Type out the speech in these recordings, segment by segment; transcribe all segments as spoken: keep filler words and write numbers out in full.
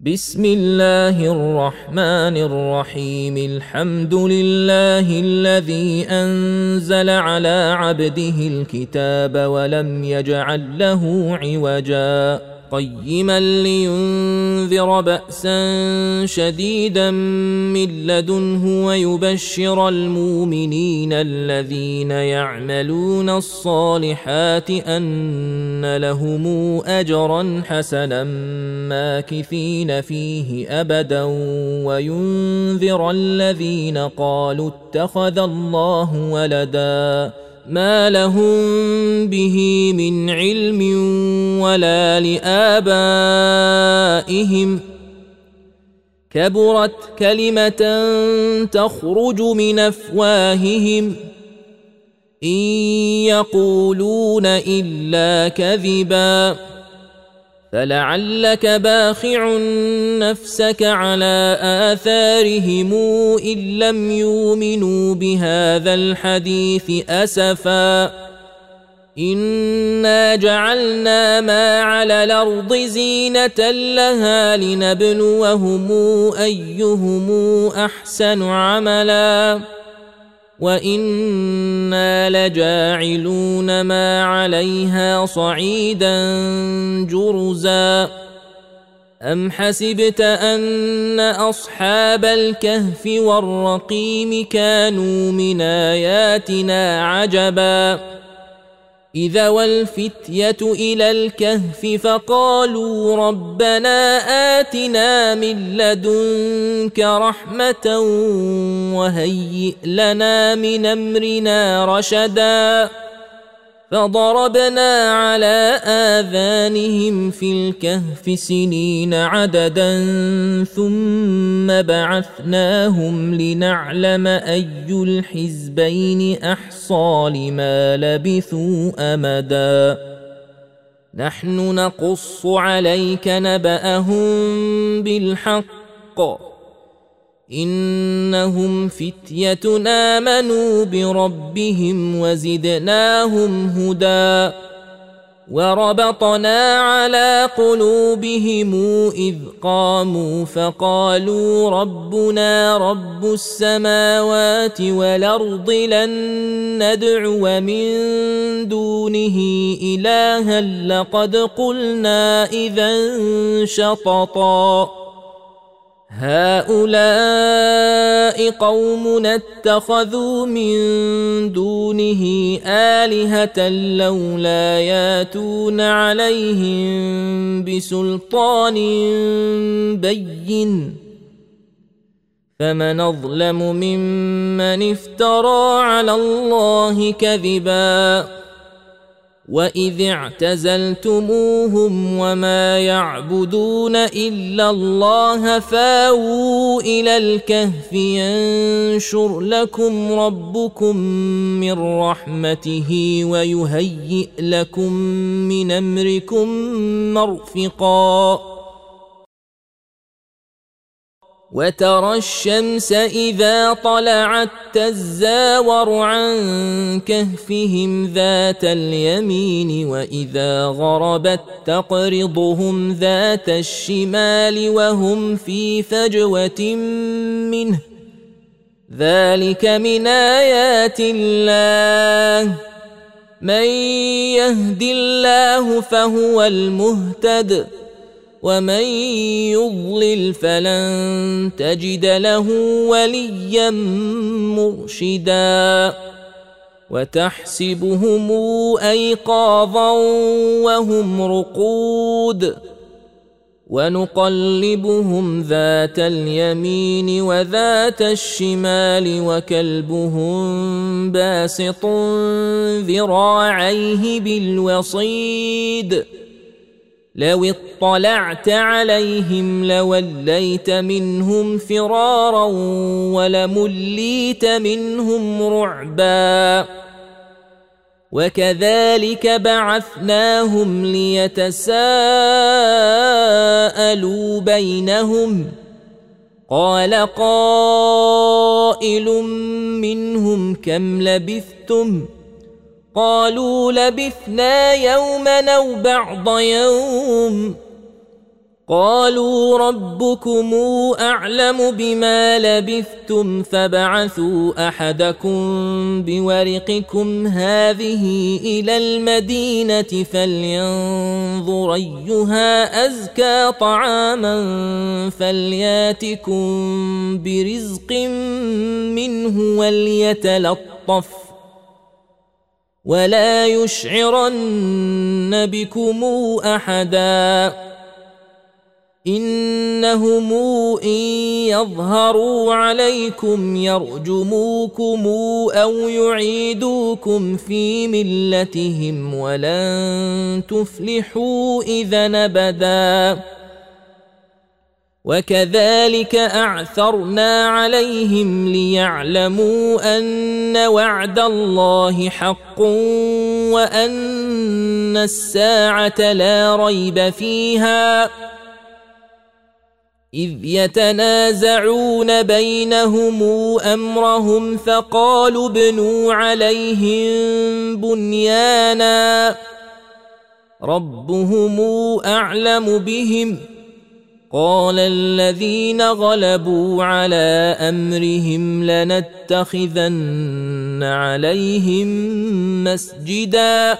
بسم الله الرحمن الرحيم. الحمد لله الذي أنزل على عبده الكتاب ولم يجعل له عوجا قيما لينذر بأسا شديدا من لدنه ويبشر المؤمنين الذين يعملون الصالحات أن لهم أجرا حسنا ماكثين فيه أبدا وينذر الذين قالوا اتخذ الله ولدا ما لهم به من علم ولا لآبائهم كبرت كلمة تخرج من أفواههم إن يقولون إلا كذبا فلعلك باخع نفسك على آثارهم إن لم يؤمنوا بهذا الحديث أسفا إنا جعلنا ما على الأرض زينة لها لنبلوهم أيهم أحسن عملا وإنا لجاعلون ما عليها صعيدا جرزا أم حسبت أن أصحاب الكهف والرقيم كانوا من آياتنا عجبا إذا والفتية إلى الكهف فقالوا ربنا آتنا من لدنك رحمة وهيئ لنا من أمرنا رشدا فضربنا على آذانهم في الكهف سنين عددا ثم بعثناهم لنعلم أي الحزبين أحصى لما لبثوا أمدا نحن نقص عليك نبأهم بالحق إنهم فتية آمنوا بربهم وزدناهم هدى وربطنا على قلوبهم إذ قاموا فقالوا ربنا رب السماوات والأرض لن ندعو من دونه إلها لقد قلنا إذا شططا هؤلاء قومنا اتخذوا من دونه آلهة لولا ياتون عليهم بسلطان بين فمن أظلم ممن افترى على الله كذبا وإذ اعتزلتموهم وما يعبدون إلا الله فاووا إلى الكهف ينشر لكم ربكم من رحمته ويهيئ لكم من أمركم مرفقا وترى الشمس إذا طلعت تزاور عن كهفهم ذات اليمين وإذا غربت تقرضهم ذات الشمال وهم في فجوة منه ذلك من آيات الله من يهد الله فهو المهتد ومن يضلل فلن تجد له وليا مرشدا وتحسبهم أيقاظا وهم رقود ونقلبهم ذات اليمين وذات الشمال وكلبهم باسط ذراعيه بالوصيد لو اطلعت عليهم لوليت منهم فرارا ولمليت منهم رعبا وكذلك بعثناهم ليتساءلوا بينهم قال قائل منهم كم لبثتم قالوا لبثنا يوما أو بعض يوم قالوا ربكم أعلم بما لبثتم فابعثوا أحدكم بورقكم هذه إلى المدينة فلينظر أيها أزكى طعاما فلياتكم برزق منه وليتلطف ولا يشعرن بكم أحدا إنهم إن يظهروا عليكم يرجموكم أو يعيدوكم في ملتهم ولن تفلحوا إذا أبدا وكذلك أعثرنا عليهم ليعلموا أن وعد الله حق وأن الساعة لا ريب فيها إذ يتنازعون بينهم أمرهم فقالوا ابنوا عليهم بنيانا ربهم أعلم بهم قال الذين غلبوا على أمرهم لنتخذن عليهم مسجدا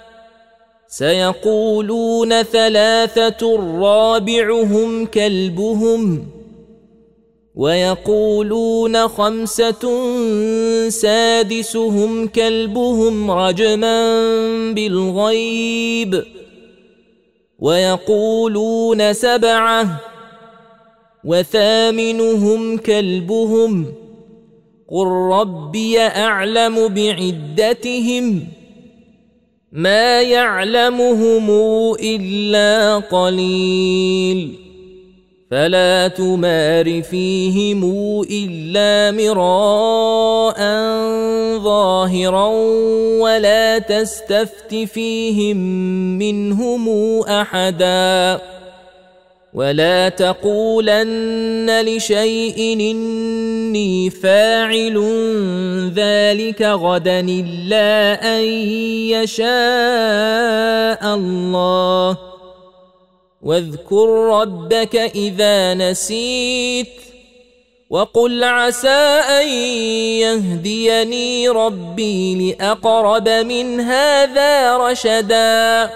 سيقولون ثلاثة رابعهم كلبهم ويقولون خمسة سادسهم كلبهم رجما بالغيب ويقولون سبعة وثامنهم كلبهم قل ربي أعلم بعدتهم ما يعلمهم إلا قليل فلا تمار فيهم إلا مراء ظاهرا ولا تستفت فيهم منهم أحدا ولا تقولن لشيء إني فاعل ذلك غدا إلا أن يشاء الله واذكر ربك إذا نسيت وقل عسى أن يهديني ربي لأقرب من هذا رشدا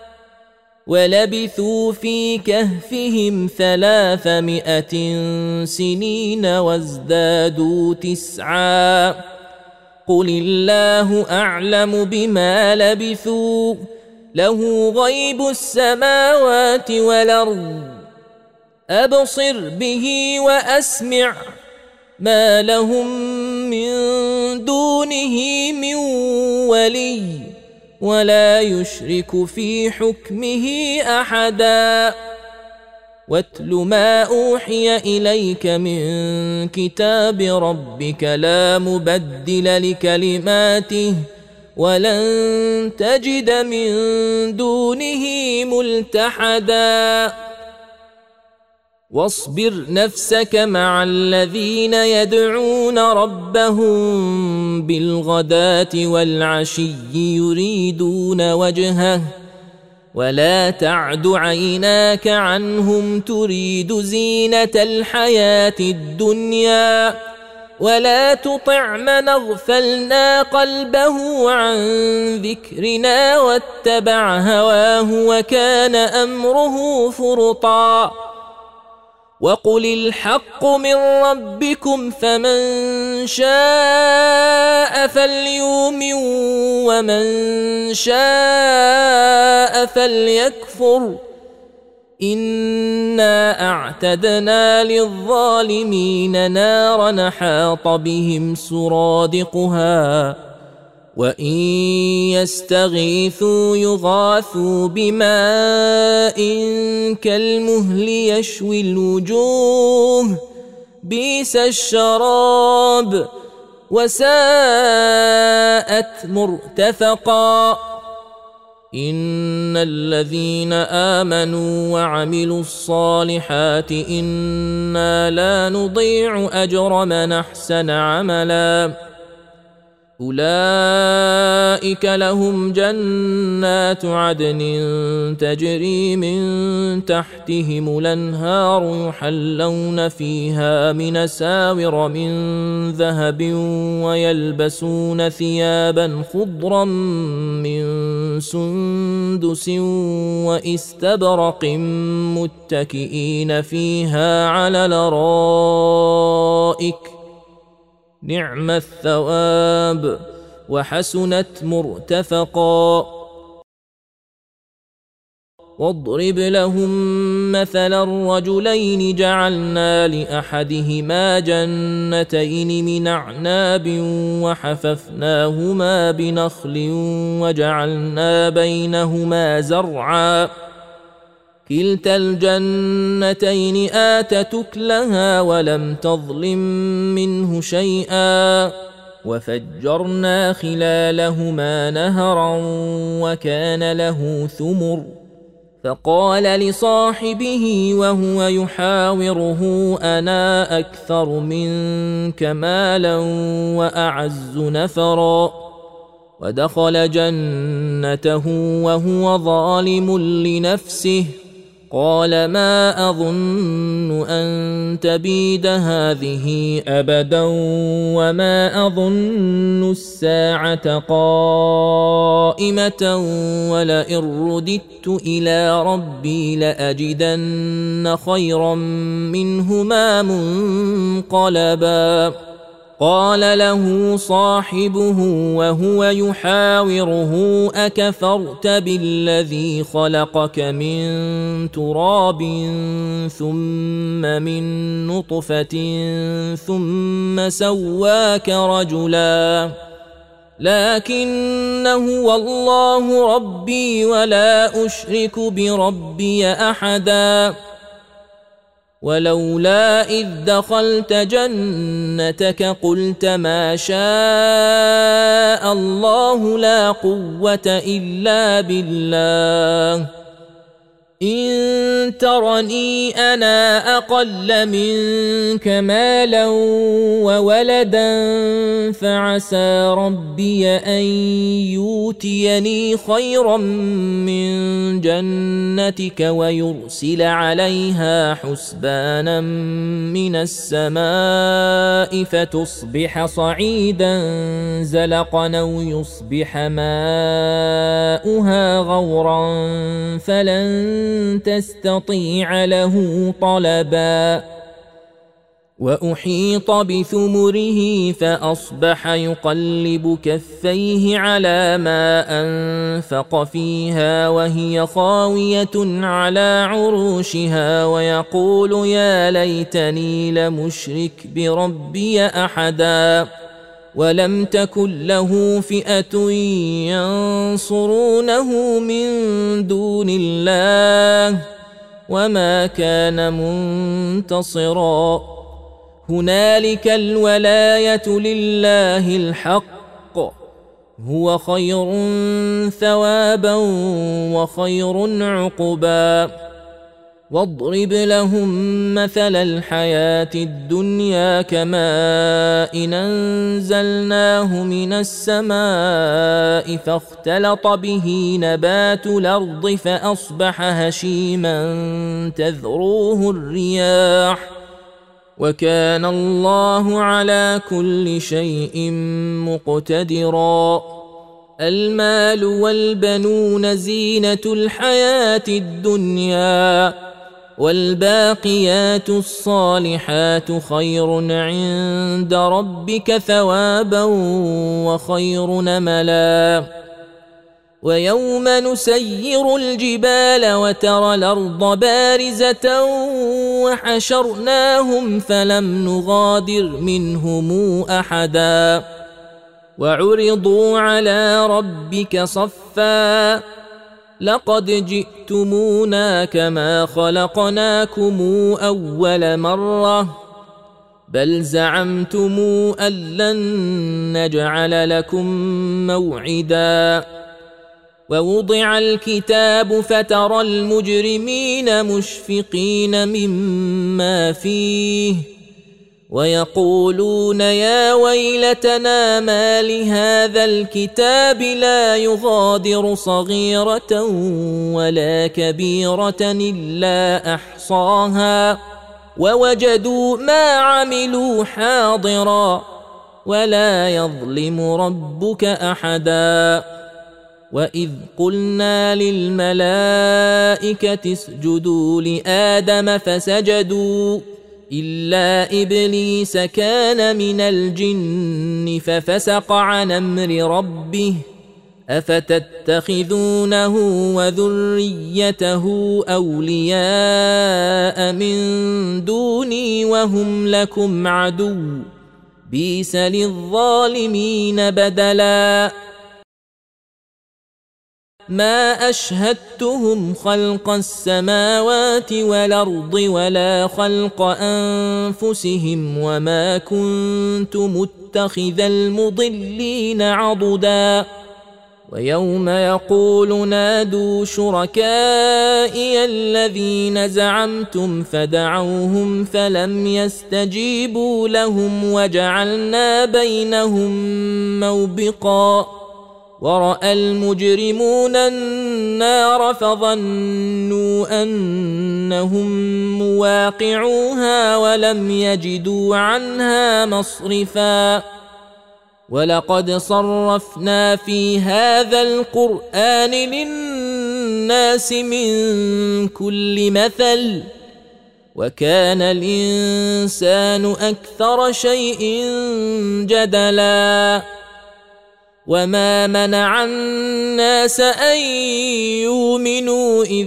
ولبثوا في كهفهم ثلاثمائة سنين وازدادوا تسعا قل الله أعلم بما لبثوا له غيب السماوات والأرض أبصر به وأسمع ما لهم من دونه من ولي ولا يشرك في حكمه أحدا واتل ما أوحي إليك من كتاب ربك لا مبدل لكلماته ولن تجد من دونه ملتحدا واصبر نفسك مع الذين يدعون ربهم بالغداة والعشي يريدون وجهه ولا تعد عيناك عنهم تريد زينة الحياة الدنيا ولا تطع من اغفلنا قلبه عن ذكرنا واتبع هواه وكان أمره فرطا وقل الحق من ربكم فمن شاء فليؤمن ومن شاء فليكفر إنا أعتدنا للظالمين نارا حاط بهم سرادقها وإن يستغيثوا يغاثوا بماء كالمهل يشوي الوجوه بئس الشراب وساءت مرتفقا إن الذين آمنوا وعملوا الصالحات إنا لا نضيع أجر من أحسن عملا أولئك لهم جنات عدن تجري من تحتهم الأنهار يحلون فيها من أساور من ذهب ويلبسون ثيابا خضرا من سندس واستبرق متكئين فيها على الأرائك نعم الثواب وحسنت مرتفقا. واضرب لهم مثلا الرجلين جعلنا لأحدهما جنتين من أعناب وحففناهما بنخل وجعلنا بينهما زرعا كلتا الجنتين آتت أكلها ولم تظلم منه شيئا وفجرنا خلالهما نهرا وكان له ثمر فقال لصاحبه وهو يحاوره أنا أكثر منك مالا وأعز نفرا ودخل جنته وهو ظالم لنفسه قال ما أظن أن تبيد هذه أبدا وما أظن الساعة قائمة ولئن رددت إلى ربي لأجدن خيرا منهما منقلبا. قال له صاحبه وهو يحاوره أكفرت بالذي خلقك من تراب ثم من نطفة ثم سواك رجلا لكن هو الله ربي ولا أشرك بربي أحدا. ولولا إذ دخلت جنتك قلت ما شاء الله لا قوة إلا بالله إن ترني أنا أقل منك مالا وولدا فعسى ربي أن يؤتيني خيرا من جنتك ويرسل عليها حسبانا من السماء فتصبح صعيدا زلقا أو يصبح ماؤها غورا فلن تستطيع له طلبا. وأحيط بثمره فأصبح يقلب كفيه على ما أنفق فيها وهي خاوية على عروشها ويقول يا ليتني لمشرك بربي أحدا. ولم تكن له فئة ينصرونه من دون الله وما كان منتصرا. هنالك الولاية لله الحق هو خير ثوابا وخير عقبا. واضرب لهم مثل الحياة الدنيا كماء أنزلناه من السماء فاختلط به نبات الأرض فأصبح هشيما تذروه الرياح وكان الله على كل شيء مقتدرا. المال والبنون زينة الحياة الدنيا والباقيات الصالحات خير عند ربك ثوابا وخير نملا. ويوم نسير الجبال وترى الأرض بارزة وحشرناهم فلم نغادر منهم أحدا وعرضوا على ربك صفا لقد جئتمونا كما خلقناكم أول مرة بل زعمتم أن لن نجعل لكم موعدا. ووضع الكتاب فترى المجرمين مشفقين مما فيه ويقولون يا ويلتنا ما لهذا الكتاب لا يغادر صغيرة ولا كبيرة إلا أحصاها ووجدوا ما عملوا حاضرا ولا يظلم ربك أحدا. وإذ قلنا للملائكة اسجدوا لآدم فسجدوا إلا إبليس كان من الجن ففسق عن أمر ربه أفتتخذونه وذريته أولياء من دوني وهم لكم عدو بئس للظالمين بدلا. ما أشهدتهم خلق السماوات والأرض ولا خلق أنفسهم وما كنت متخذ المضلين عضدا. ويوم يقول نادوا شركائي الذين زعمتم فدعوهم فلم يستجيبوا لهم وجعلنا بينهم موبقا. ورأى المجرمون النار فظنوا أنهم مواقعوها ولم يجدوا عنها مصرفا. ولقد صرفنا في هذا القرآن للناس من كل مثل وكان الإنسان أكثر شيء جدلا. وما منع الناس أن يؤمنوا إذ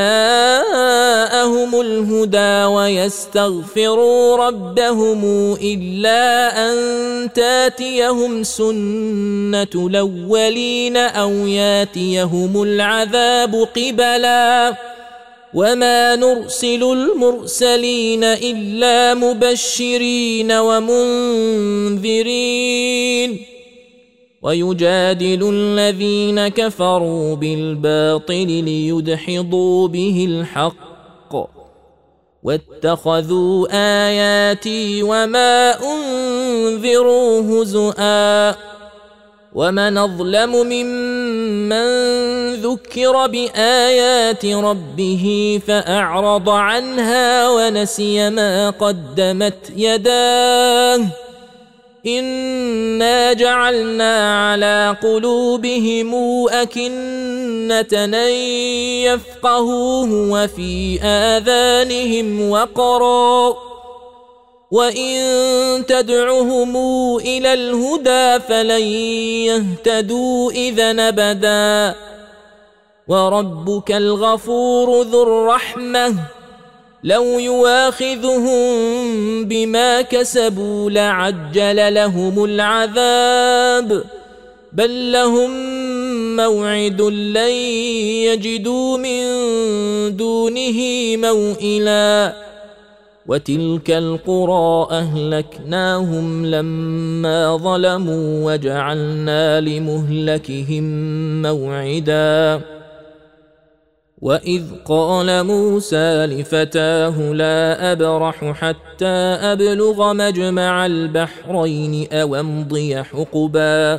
جاءهم الهدى ويستغفروا ربهم إلا أن تاتيهم سنة الأولين أو ياتيهم العذاب قبلا. وما نرسل المرسلين إلا مبشرين ومنذرين ويجادل الذين كفروا بالباطل ليدحضوا به الحق واتخذوا آياتي وما أنذروا هزؤا. ومن أظلم ممن ذكر بآيات ربه فأعرض عنها ونسي ما قدمت يداه إنا جعلنا على قلوبهم أكنة أن يفقهوه وفي آذانهم وقرا وإن تدعهم إلى الهدى فلن يهتدوا إذا أبدا. وربك الغفور ذو الرحمة لو يواخذهم بما كسبوا لعجل لهم العذاب بل لهم موعد لن يجدوا من دونه موئلا. وتلك القرى أهلكناهم لما ظلموا وجعلنا لمهلكهم موعدا. وإذ قال موسى لفتاه لا أبرح حتى أبلغ مجمع البحرين أو أمضي حقبا.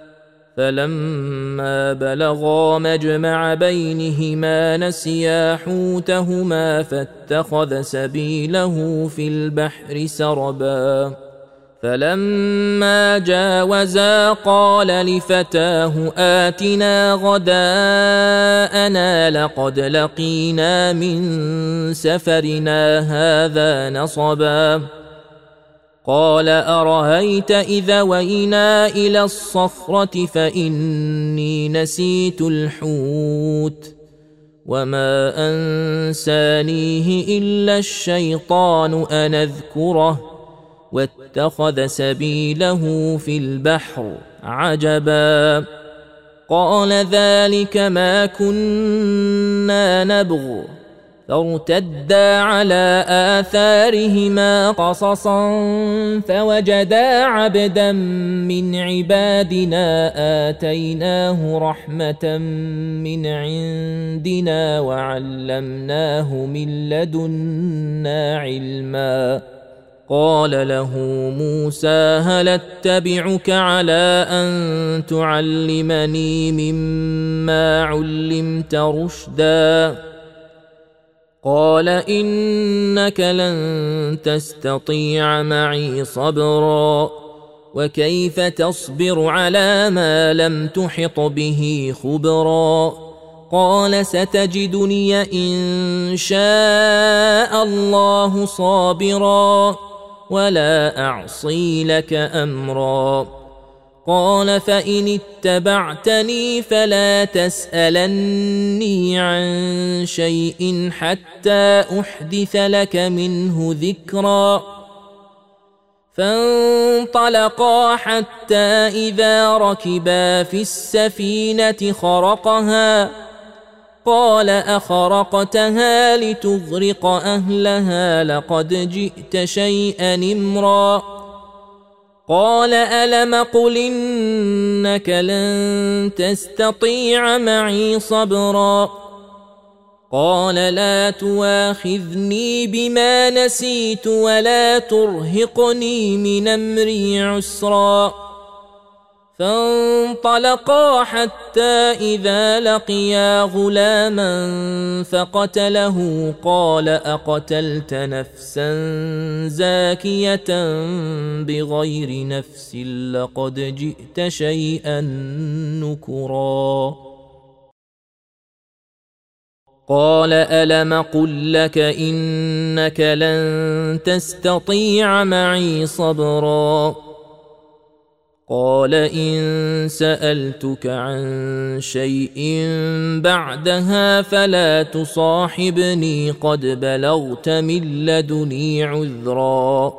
فلما بلغا مجمع بينهما نسيا حوتهما فاتخذ سبيله في البحر سربا. فلما جاوزا قال لفتاه آتنا غداءنا لقد لقينا من سفرنا هذا نصبا. قال أرأيت إذا وينا إلى الصخرة فإني نسيت الحوت وما أنسانيه إلا الشيطان أن أذكره واتخذ سبيله في البحر عجبا. قال ذلك ما كنا نبغ فارتدا على آثارهما قصصا فوجدا عبدا من عبادنا آتيناه رحمة من عندنا وعلمناه من لدنا علما. قال له موسى هل اتبعك على أن تعلمني مما علمت رشدا قال إنك لن تستطيع معي صبرا وكيف تصبر على ما لم تحط به خبرا قال ستجدني إن شاء الله صابرا ولا أعصي لك أمرا قال فإن اتبعتني فلا تسألني عن شيء حتى أحدث لك منه ذكرا فانطلقا حتى إذا ركبا في السفينة خرقها قال أخرقتها لتغرق أهلها لقد جئت شيئا إمرا قال ألم قل إنك لن تستطيع معي صبرا قال لا تواخذني بما نسيت ولا ترهقني من أمري عسرا فانطلقا حتى إذا لقيا غلاما فقتله قال أقتلت نفسا زاكية بغير نفس لقد جئت شيئا نكرا قال ألم قل لك إنك لن تستطيع معي صبرا قال إن سألتك عن شيء بعدها فلا تصاحبني قد بلغت من لدني عذرا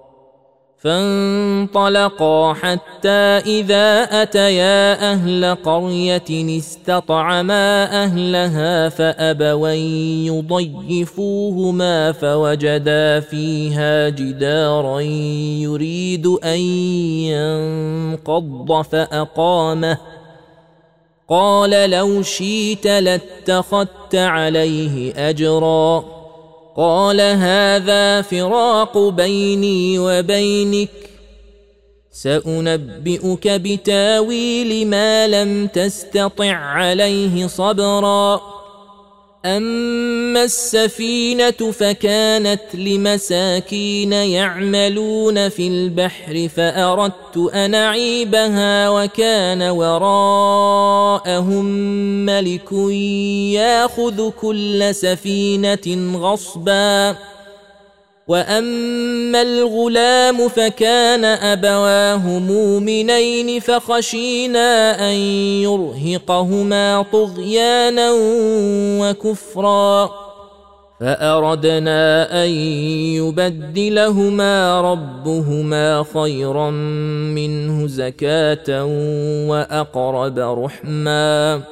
فانطلقا حتى إذا أتيا أهل قرية استطعما أهلها فأبوا أن يضيفوهما فوجدا فيها جدارا يريد أن ينقض فأقامه قال لو شئت لاتخذت عليه أجرا قال هذا فراق بيني وبينك سأنبئك بتاويل ما لم تستطع عليه صبرا أما السفينة فكانت لمساكين يعملون في البحر فأردت أن أعيبها وكان وراءهم ملك يأخذ كل سفينة غصبا وأما الغلام فكان أبواه مؤمنين فخشينا أن يرهقهما طغيانا وكفرا فأردنا أن يبدلهما ربهما خيرا منه زكاة وأقرب رحما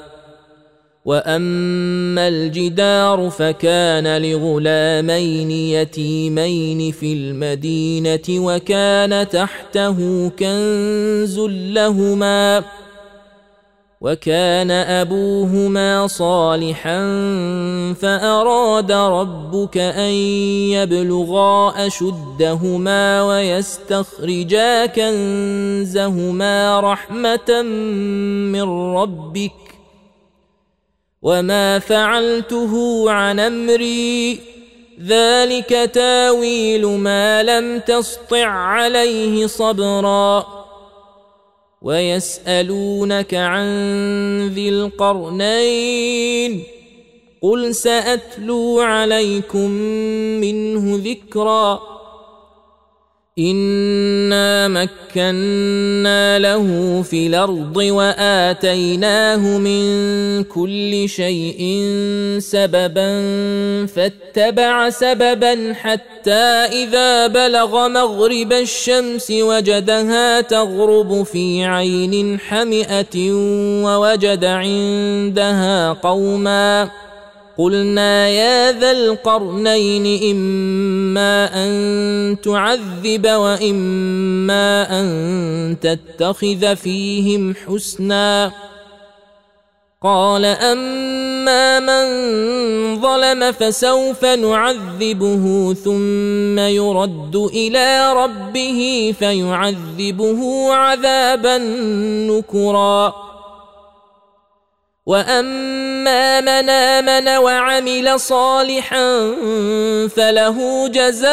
وأما الجدار فكان لغلامين يتيمين في المدينة وكان تحته كنز لهما وكان أبوهما صالحا فأراد ربك أن يبلغا أشدهما ويستخرجا كنزهما رحمة من ربك وما فعلته عن أمري ذلك تاويل ما لم تسطع عليه صبرا ويسألونك عن ذي القرنين قل سأتلو عليكم منه ذكرا إنا مكنا له في الأرض وآتيناه من كل شيء سببا فاتبع سببا حتى إذا بلغ مغرب الشمس وجدها تغرب في عين حمئة ووجد عندها قوما قلنا يا ذا القرنين إما أن تعذب وإما أن تتخذ فيهم حسنا قال أما واما من ظلم فسوف نعذبه ثم يرد الى ربه فيعذبه عذابا نكرا واما من امن وعمل صالحا فله جزاء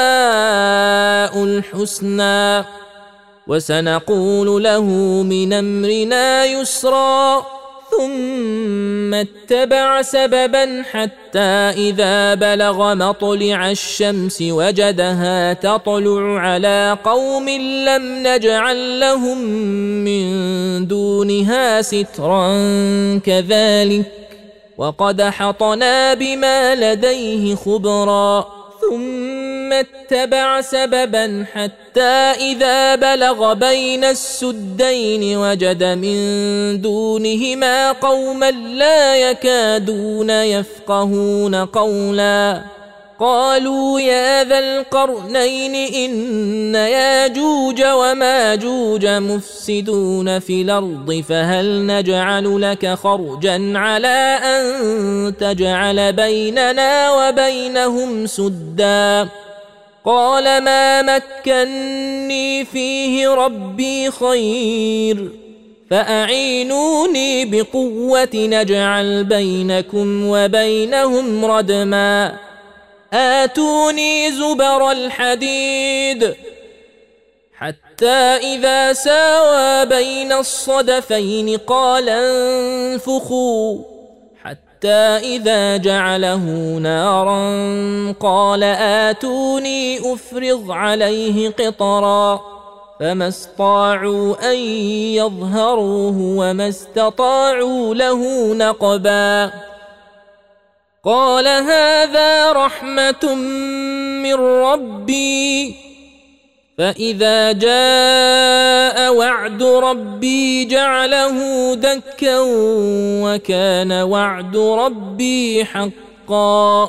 الحسنى وسنقول له من امرنا يسرا ثم اتبع سببا حتى اذا بلغ مطلع الشمس وجدها تطلع على قوم لم نجعل لهم من دونها سترا كذلك وقد حطنا بما لديه خبرا ثم اتبع سببا حتى إذا بلغ بين السدين وجد من دونهما قوما لا يكادون يفقهون قولا قالوا يا ذا القرنين إن ياجوج وماجوج مفسدون في الأرض فهل نجعل لك خرجا على أن تجعل بيننا وبينهم سدا قال ما مكني فيه ربي خير فأعينوني بقوة نجعل بينكم وبينهم ردما آتوني زبر الحديد حتى إذا ساوى بين الصدفين قال انفخوا حتى إذا جعله نارا قال آتوني أفرغ عليه قطرا فما استطاعوا أن يظهروه وما استطاعوا له نقبا قال هذا رحمة من ربي فإذا جاء وعد ربي جعله دكا وكان وعد ربي حقا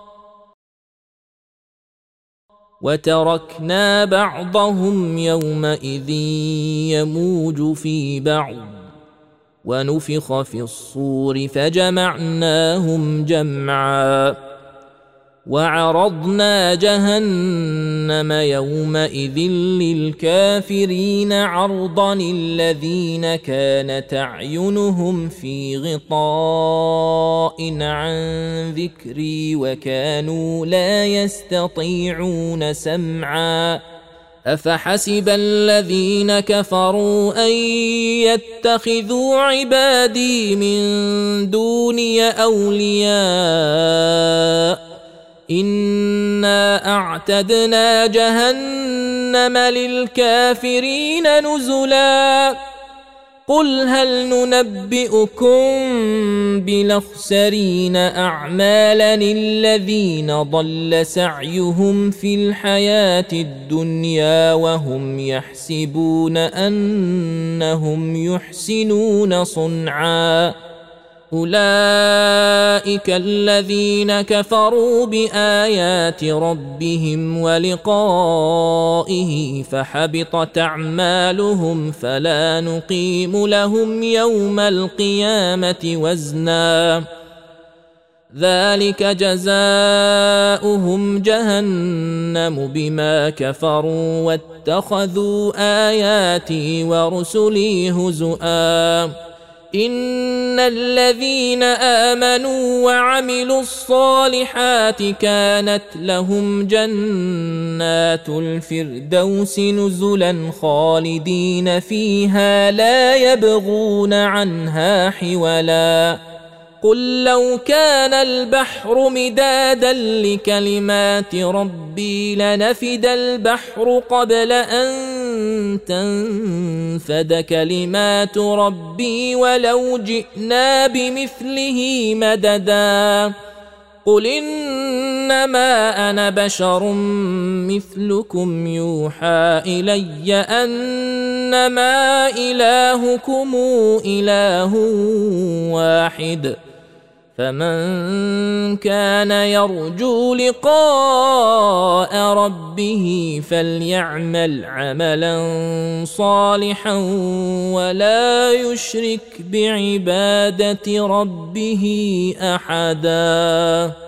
وتركنا بعضهم يومئذ يموج في بعض ونفخ في الصور فجمعناهم جمعا وعرضنا جهنم يومئذ للكافرين عرضا الذين كانت أعينهم في غطاء عن ذكري وكانوا لا يستطيعون سمعا أفحسب الذين كفروا أن يتخذوا عبادي من دوني أولياء إنا أعتدنا جهنم للكافرين نزلا قل هل ننبئكم بالأخسرين أعمالا الذين ضل سعيهم في الحياة الدنيا وهم يحسبون أنهم يحسنون صنعا أولئك الذين كفروا بآيات ربهم ولقائه فحبطت أعمالهم فلا نقيم لهم يوم القيامة وزنا ذلك جزاؤهم جهنم بما كفروا واتخذوا آياتي ورسلي هزؤا إن الذين آمنوا وعملوا الصالحات كانت لهم جنات الفردوس نزلا خالدين فيها لا يبغون عنها حولا قل لو كان البحر مدادا لكلمات ربي لنفد البحر قبل أن تنفد كلمات ربي ولو جئنا بمثله مددا قل إنما أنا بشر مثلكم يوحى إلي أنما إلهكم إله واحد فمن كان يرجو لقاء ربه فليعمل عملا صالحا ولا يشرك بعبادة ربه أحدا.